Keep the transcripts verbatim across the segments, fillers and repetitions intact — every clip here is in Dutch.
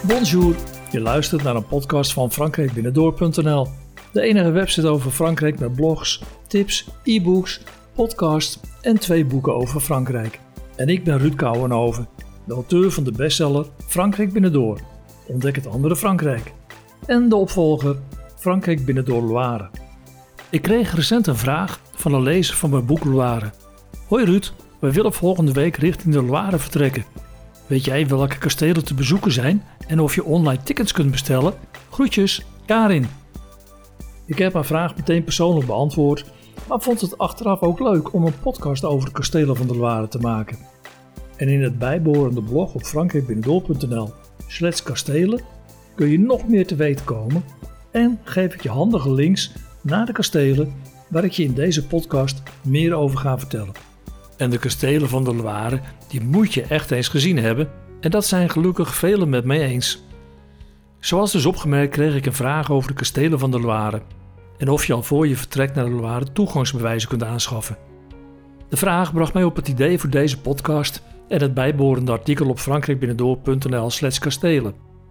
Bonjour, je luistert naar een podcast van frankrijk binnendoor punt n l. De enige website over Frankrijk met blogs, tips, e-books, podcasts en twee boeken over Frankrijk. En ik ben Ruud Kouwenhoven, de auteur van de bestseller Frankrijk binnendoor, ontdek het andere Frankrijk. En de opvolger Frankrijk binnendoor Loire. Ik kreeg recent een vraag van een lezer van mijn boek Loire. Hoi Ruud, wij willen volgende week richting de Loire vertrekken. Weet jij welke kastelen te bezoeken zijn en of je online tickets kunt bestellen? Groetjes, Karin. Ik heb haar vraag meteen persoonlijk beantwoord, maar vond het achteraf ook leuk om een podcast over de kastelen van de Loire te maken. En in het bijbehorende blog op frankrijk binnendoor punt n l slash kastelen kun je nog meer te weten komen en geef ik je handige links naar de kastelen waar ik je in deze podcast meer over ga vertellen. En de kastelen van de Loire, die moet je echt eens gezien hebben en dat zijn gelukkig velen met mij eens. Zoals dus opgemerkt kreeg ik een vraag over de kastelen van de Loire en of je al voor je vertrekt naar de Loire toegangsbewijzen kunt aanschaffen. De vraag bracht mij op het idee voor deze podcast en het bijbehorende artikel op frankrijk binnendoor punt n l slash kastelen.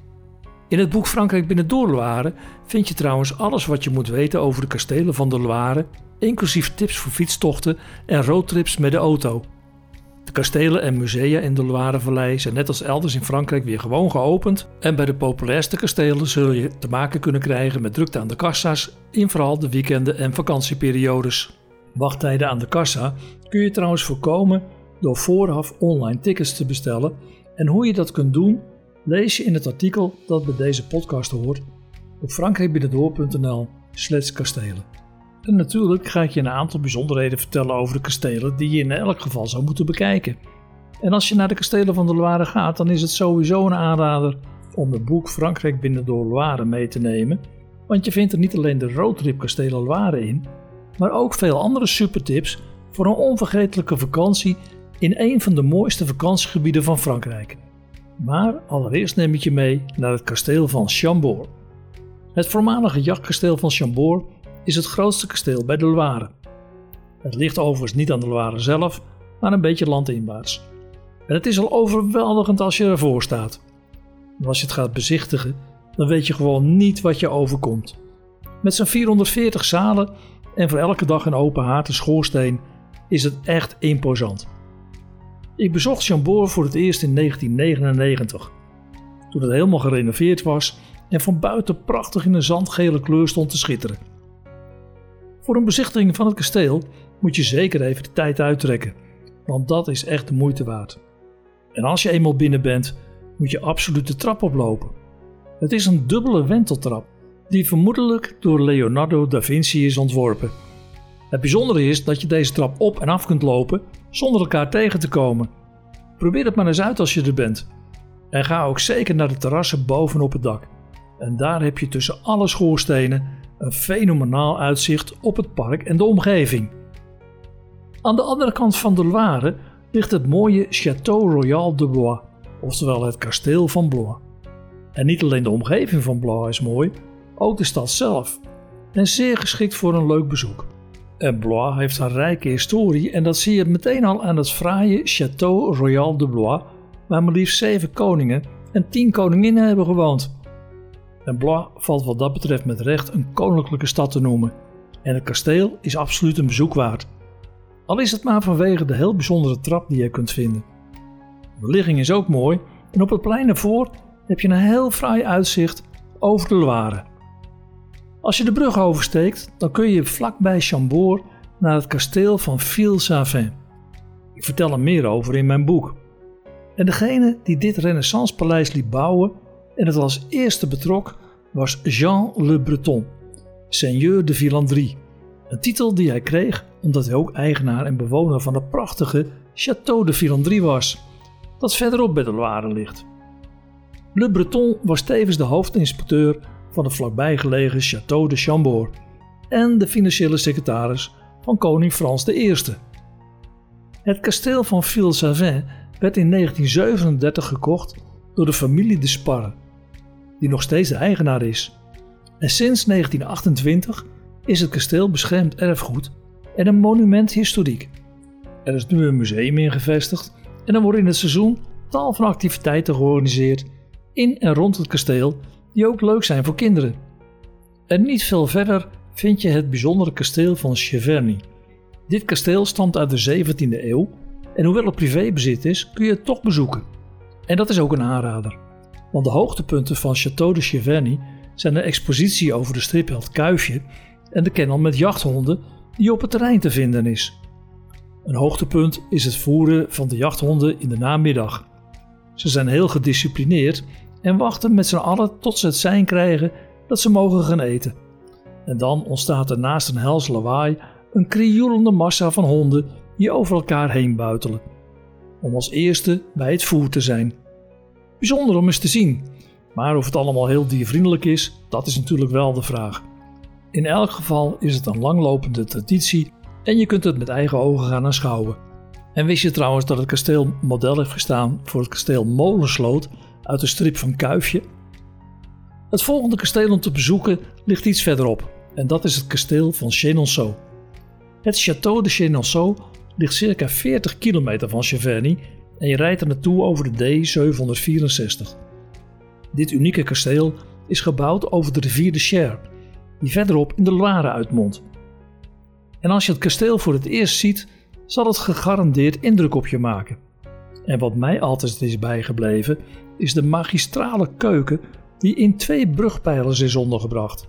In het boek Frankrijk binnendoor Loire vind je trouwens alles wat je moet weten over de kastelen van de Loire, inclusief tips voor fietstochten en roadtrips met de auto. De kastelen en musea in de Loirevallei zijn net als elders in Frankrijk weer gewoon geopend en bij de populairste kastelen zul je te maken kunnen krijgen met drukte aan de kassa's in vooral de weekenden en vakantieperiodes. Wachttijden aan de kassa kun je trouwens voorkomen door vooraf online tickets te bestellen en hoe je dat kunt doen lees je in het artikel dat bij deze podcast hoort op frankrijk binnendoor punt n l slash kastelen. En natuurlijk ga ik je een aantal bijzonderheden vertellen over de kastelen die je in elk geval zou moeten bekijken. En als je naar de kastelen van de Loire gaat, dan is het sowieso een aanrader om het boek Frankrijk binnendoor Loire mee te nemen, want je vindt er niet alleen de roadtrip kastelen Loire in, maar ook veel andere supertips voor een onvergetelijke vakantie in een van de mooiste vakantiegebieden van Frankrijk. Maar allereerst neem ik je mee naar het kasteel van Chambord. Het voormalige jachtkasteel van Chambord is het grootste kasteel bij de Loire. Het ligt overigens niet aan de Loire zelf, maar een beetje landinwaarts. En het is al overweldigend als je ervoor staat. En als je het gaat bezichtigen, dan weet je gewoon niet wat je overkomt. Met zijn vierhonderdveertig zalen en voor elke dag een open haard en schoorsteen is het echt imposant. Ik bezocht Chambord voor het eerst in negentien negenennegentig, toen het helemaal gerenoveerd was en van buiten prachtig in een zandgele kleur stond te schitteren. Voor een bezichtiging van het kasteel moet je zeker even de tijd uittrekken, want dat is echt de moeite waard. En als je eenmaal binnen bent, moet je absoluut de trap oplopen. Het is een dubbele wenteltrap, die vermoedelijk door Leonardo da Vinci is ontworpen. Het bijzondere is dat je deze trap op en af kunt lopen zonder elkaar tegen te komen. Probeer het maar eens uit als je er bent. En ga ook zeker naar de terrassen bovenop het dak. En daar heb je tussen alle schoorstenen een fenomenaal uitzicht op het park en de omgeving. Aan de andere kant van de Loire ligt het mooie Château Royal de Blois, oftewel het kasteel van Blois. En niet alleen de omgeving van Blois is mooi, ook de stad zelf. En zeer geschikt voor een leuk bezoek. En Blois heeft een rijke historie en dat zie je meteen al aan het fraaie Château Royal de Blois, waar maar liefst zeven koningen en tien koninginnen hebben gewoond. En Blois valt wat dat betreft met recht een koninklijke stad te noemen. En het kasteel is absoluut een bezoek waard. Al is het maar vanwege de heel bijzondere trap die je kunt vinden. De ligging is ook mooi en op het plein ervoor heb je een heel fraai uitzicht over de Loire. Als je de brug oversteekt, dan kun je vlakbij Chambord naar het kasteel van Ville-Saint-Vin. Ik vertel er meer over in mijn boek. En degene die dit renaissancepaleis liet bouwen en het als eerste betrok was Jean Le Breton, seigneur de Villandry. Een titel die hij kreeg omdat hij ook eigenaar en bewoner van de prachtige Château de Villandry was, dat verderop bij de Loire ligt. Le Breton was tevens de hoofdinspecteur van het vlakbijgelegen Château de Chambord en de financiële secretaris van koning Frans de Eerste. Het kasteel van Ville-Saint-Vin werd in negentien zevenendertig gekocht door de familie de Sparre, die nog steeds de eigenaar is. En sinds negentien achtentwintig is het kasteel beschermd erfgoed en een monument historiek. Er is nu een museum in gevestigd en er worden in het seizoen tal van activiteiten georganiseerd in en rond het kasteel die ook leuk zijn voor kinderen. En niet veel verder vind je het bijzondere kasteel van Cheverny. Dit kasteel stamt uit de zeventiende eeuw en hoewel het privébezit is, kun je het toch bezoeken. En dat is ook een aanrader. Want de hoogtepunten van Château de Cheverny zijn de expositie over de stripheld Kuifje en de kennel met jachthonden die op het terrein te vinden is. Een hoogtepunt is het voeren van de jachthonden in de namiddag. Ze zijn heel gedisciplineerd en wachten met z'n allen tot ze het sein krijgen dat ze mogen gaan eten. En dan ontstaat er naast een hels lawaai een krioelende massa van honden die over elkaar heen buitelen. Om als eerste bij het voer te zijn. Bijzonder om eens te zien, maar of het allemaal heel diervriendelijk is, dat is natuurlijk wel de vraag. In elk geval is het een langlopende traditie en je kunt het met eigen ogen gaan aanschouwen. En wist je trouwens dat het kasteel model heeft gestaan voor het kasteel Molensloot uit de strip van Kuifje? Het volgende kasteel om te bezoeken ligt iets verderop en dat is het kasteel van Chenonceau. Het Château de Chenonceau ligt circa veertig kilometer van Cheverny en je rijdt er naartoe over de D zevenhonderdvierenzestig. Dit unieke kasteel is gebouwd over de rivier de Cher, die verderop in de Loire uitmondt. En als je het kasteel voor het eerst ziet, zal het gegarandeerd indruk op je maken. En wat mij altijd is bijgebleven, is de magistrale keuken die in twee brugpijlers is ondergebracht.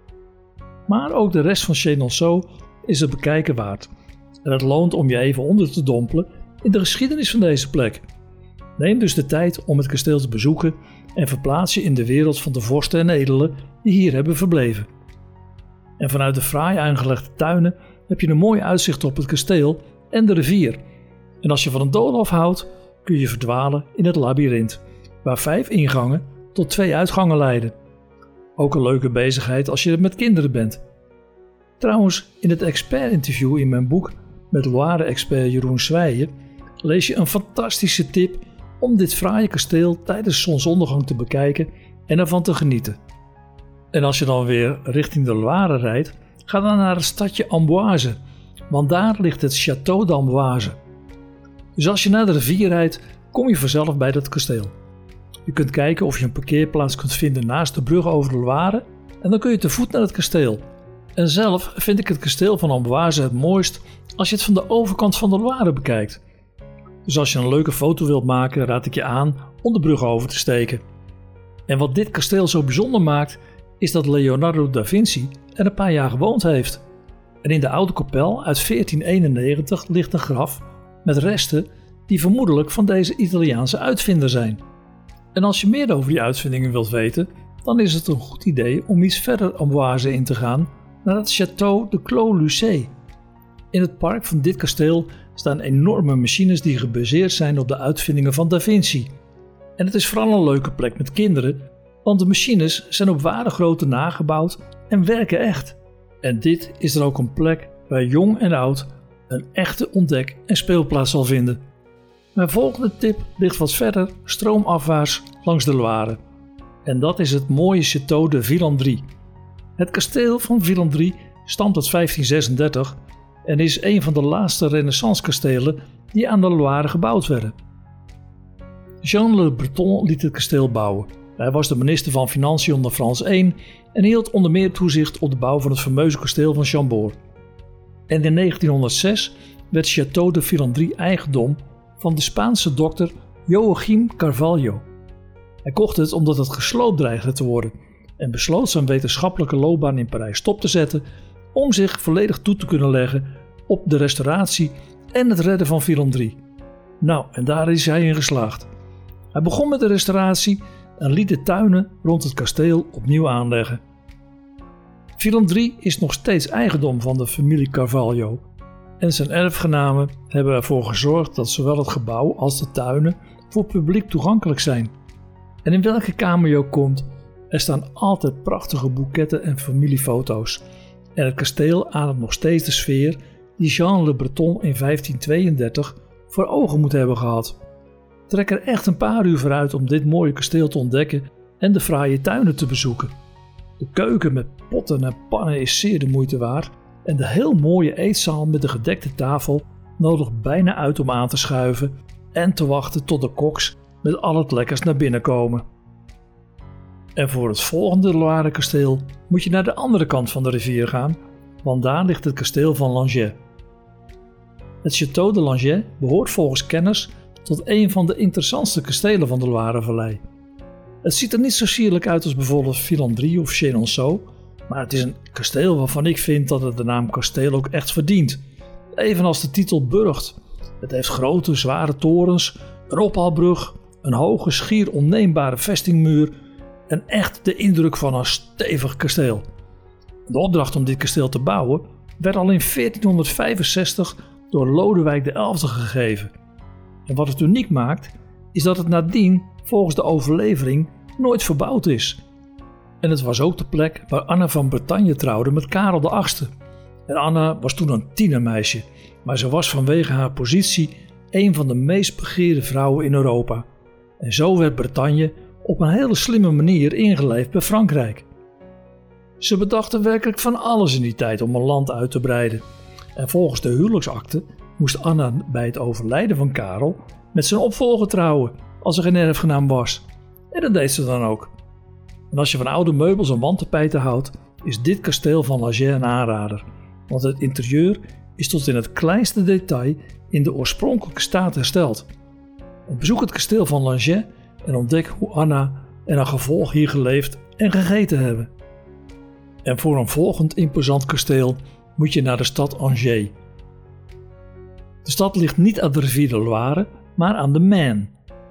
Maar ook de rest van Chenonceau is het bekijken waard. En het loont om je even onder te dompelen in de geschiedenis van deze plek. Neem dus de tijd om het kasteel te bezoeken en verplaats je in de wereld van de vorsten en edelen die hier hebben verbleven. En vanuit de fraai aangelegde tuinen heb je een mooi uitzicht op het kasteel en de rivier. En als je van een doolhof houdt, kun je verdwalen in het labyrint, waar vijf ingangen tot twee uitgangen leiden. Ook een leuke bezigheid als je er met kinderen bent. Trouwens, in het expert-interview in mijn boek met Loire-expert Jeroen Zwijen lees je een fantastische tip om dit fraaie kasteel tijdens zonsondergang te bekijken en ervan te genieten. En als je dan weer richting de Loire rijdt, ga dan naar het stadje Amboise, want daar ligt het Château d'Amboise. Dus als je naar de rivier rijdt, kom je vanzelf bij dat kasteel. Je kunt kijken of je een parkeerplaats kunt vinden naast de brug over de Loire en dan kun je te voet naar het kasteel. En zelf vind ik het kasteel van Amboise het mooist als je het van de overkant van de Loire bekijkt. Dus als je een leuke foto wilt maken, raad ik je aan om de brug over te steken. En wat dit kasteel zo bijzonder maakt, is dat Leonardo da Vinci er een paar jaar gewoond heeft. En in de oude kapel uit veertien eenennegentig ligt een graf met resten die vermoedelijk van deze Italiaanse uitvinder zijn. En als je meer over die uitvindingen wilt weten, dan is het een goed idee om iets verder Amboise in te gaan naar het Château de Clos-Lucé. In het park van dit kasteel staan enorme machines die gebaseerd zijn op de uitvindingen van Da Vinci. En het is vooral een leuke plek met kinderen, want de machines zijn op ware grootte nagebouwd en werken echt. En dit is dan ook een plek waar jong en oud een echte ontdek- en speelplaats zal vinden. Mijn volgende tip ligt wat verder stroomafwaarts langs de Loire. En dat is het mooie Château de Villandry. Het kasteel van Villandry stamt uit vijftien zesendertig en is een van de laatste renaissance-kastelen die aan de Loire gebouwd werden. Jean Le Breton liet het kasteel bouwen. Hij was de minister van Financiën onder Frans de Eerste en hield onder meer toezicht op de bouw van het fameuze kasteel van Chambord. En in negentienhonderdzes werd Château de Villandry eigendom van de Spaanse dokter Joachim Carvalho. Hij kocht het omdat het gesloopt dreigde te worden en besloot zijn wetenschappelijke loopbaan in Parijs stop te zetten om zich volledig toe te kunnen leggen op de restauratie en het redden van Villandry. Nou, en daar is hij in geslaagd. Hij begon met de restauratie en liet de tuinen rond het kasteel opnieuw aanleggen. Villandry is nog steeds eigendom van de familie Carvalho en zijn erfgenamen hebben ervoor gezorgd dat zowel het gebouw als de tuinen voor publiek toegankelijk zijn. En in welke kamer je ook komt, er staan altijd prachtige boeketten en familiefoto's. En het kasteel ademt nog steeds de sfeer die Jean Le Breton in vijftien tweeëndertig voor ogen moet hebben gehad. Trek er echt een paar uur vooruit om dit mooie kasteel te ontdekken en de fraaie tuinen te bezoeken. De keuken met potten en pannen is zeer de moeite waard en de heel mooie eetzaal met de gedekte tafel nodigt bijna uit om aan te schuiven en te wachten tot de koks met al het lekkers naar binnen komen. En voor het volgende Loire kasteel moet je naar de andere kant van de rivier gaan, want daar ligt het kasteel van Langeais. Het Château de Langeais behoort volgens kenners tot een van de interessantste kastelen van de Loirevallei. Het ziet er niet zo sierlijk uit als bijvoorbeeld Villandry of Chenonceau, maar het is een kasteel waarvan ik vind dat het de naam kasteel ook echt verdient. Evenals de titel burgt. Het heeft grote, zware torens, een ophaalbrug, een hoge, schier onneembare vestingmuur en echt de indruk van een stevig kasteel. De opdracht om dit kasteel te bouwen werd al in veertienhonderdvijfenzestig door Lodewijk de Elfde gegeven. En wat het uniek maakt, is dat het nadien, volgens de overlevering, nooit verbouwd is. En het was ook de plek waar Anna van Bretagne trouwde met Karel de Achtste. En Anna was toen een tienermeisje, maar ze was vanwege haar positie een van de meest begeerde vrouwen in Europa. En zo werd Bretagne op een hele slimme manier ingelijfd bij Frankrijk. Ze bedachten werkelijk van alles in die tijd om een land uit te breiden. En volgens de huwelijksakte moest Anna bij het overlijden van Karel met zijn opvolger trouwen, als er geen erfgenaam was. En dat deed ze dan ook. En als je van oude meubels en wandtapijten houdt, is dit kasteel van Langeais een aanrader. Want het interieur is tot in het kleinste detail in de oorspronkelijke staat hersteld. En bezoek het kasteel van Langeais en ontdek hoe Anna en haar gevolg hier geleefd en gegeten hebben. En voor een volgend imposant kasteel moet je naar de stad Angers. De stad ligt niet aan de rivier de Loire, maar aan de Maine.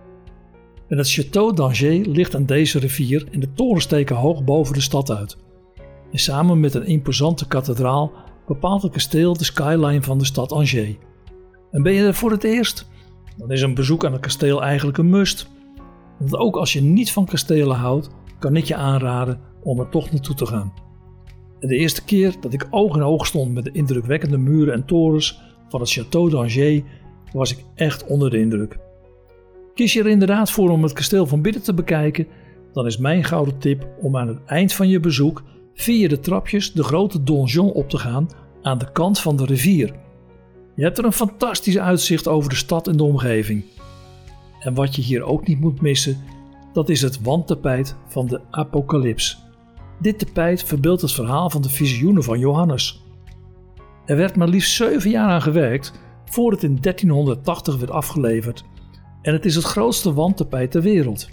En het Château d'Angers ligt aan deze rivier en de torens steken hoog boven de stad uit. En samen met een imposante kathedraal bepaalt het kasteel de skyline van de stad Angers. En ben je er voor het eerst? Dan is een bezoek aan het kasteel eigenlijk een must. Want ook als je niet van kastelen houdt, kan ik je aanraden om er toch naartoe te gaan. En de eerste keer dat ik oog in oog stond met de indrukwekkende muren en torens van het Château d'Angers, was ik echt onder de indruk. Kies je er inderdaad voor om het kasteel van binnen te bekijken, dan is mijn gouden tip om aan het eind van je bezoek via de trapjes de grote donjon op te gaan aan de kant van de rivier. Je hebt er een fantastisch uitzicht over de stad en de omgeving. En wat je hier ook niet moet missen, dat is het wandtapijt van de Apocalyps. Dit tapijt verbeeldt het verhaal van de visioenen van Johannes. Er werd maar liefst zeven jaar aan gewerkt voordat het in dertienhonderdtachtig werd afgeleverd en het is het grootste wandtapijt ter wereld.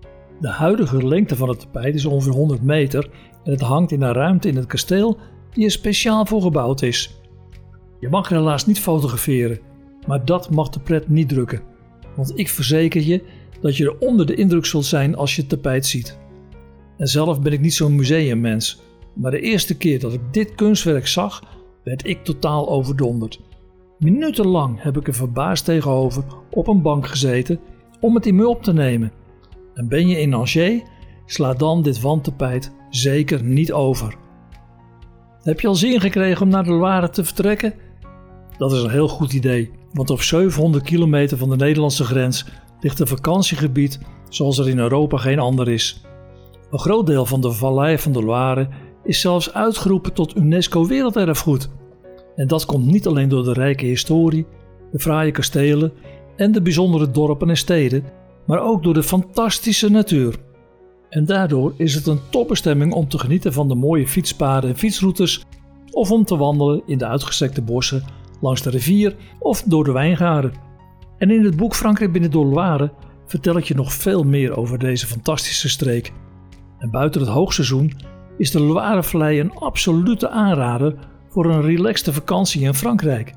De huidige lengte van het tapijt is ongeveer honderd meter en het hangt in een ruimte in het kasteel die er speciaal voor gebouwd is. Je mag er helaas niet fotograferen, maar dat mag de pret niet drukken, want ik verzeker je dat je er onder de indruk zult zijn als je het tapijt ziet. En zelf ben ik niet zo'n museummens, maar de eerste keer dat ik dit kunstwerk zag, werd ik totaal overdonderd. Minutenlang heb ik er verbaasd tegenover op een bank gezeten om het in me op te nemen. En ben je in Angers, sla dan dit wandtapijt zeker niet over. Heb je al zin gekregen om naar de Loire te vertrekken? Dat is een heel goed idee, want op zevenhonderd kilometer van de Nederlandse grens ligt een vakantiegebied zoals er in Europa geen ander is. Een groot deel van de vallei van de Loire is zelfs uitgeroepen tot UNESCO Werelderfgoed. En dat komt niet alleen door de rijke historie, de fraaie kastelen en de bijzondere dorpen en steden, maar ook door de fantastische natuur. En daardoor is het een topbestemming om te genieten van de mooie fietspaden en fietsroutes of om te wandelen in de uitgestrekte bossen langs de rivier of door de wijngaarden. En in het boek Frankrijk binnen de Loire vertel ik je nog veel meer over deze fantastische streek. En buiten het hoogseizoen is de Loirevallei een absolute aanrader voor een relaxte vakantie in Frankrijk.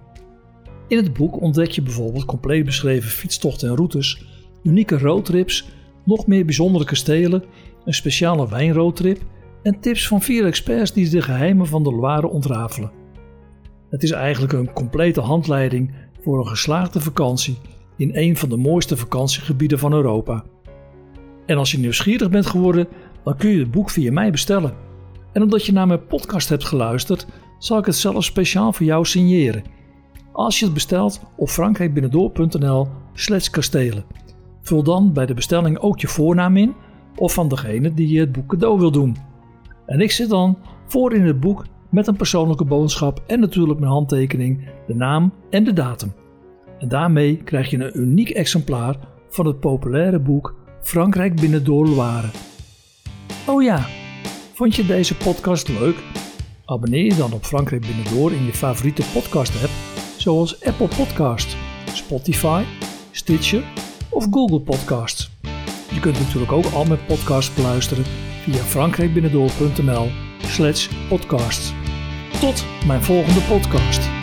In het boek ontdek je bijvoorbeeld compleet beschreven fietstochten en routes, unieke roadtrips, nog meer bijzondere kastelen, een speciale wijnroadtrip en tips van vier experts die de geheimen van de Loire ontrafelen. Het is eigenlijk een complete handleiding voor een geslaagde vakantie in een van de mooiste vakantiegebieden van Europa. En als je nieuwsgierig bent geworden, dan kun je het boek via mij bestellen. En omdat je naar mijn podcast hebt geluisterd, zal ik het zelfs speciaal voor jou signeren. Als je het bestelt op frankrijkbinnendoor.nl slash kastelen. Vul dan bij de bestelling ook je voornaam in of van degene die je het boek cadeau wil doen. En ik zit dan voor in het boek met een persoonlijke boodschap en natuurlijk mijn handtekening, de naam en de datum. En daarmee krijg je een uniek exemplaar van het populaire boek Frankrijk binnendoor Loire. Oh ja, vond je deze podcast leuk? Abonneer je dan op Frankrijk Binnendoor in je favoriete podcast app, zoals Apple Podcast, Spotify, Stitcher of Google Podcasts. Je kunt natuurlijk ook al mijn podcasts beluisteren via frankrijkbinnendoor punt n l slash podcast. Tot mijn volgende podcast.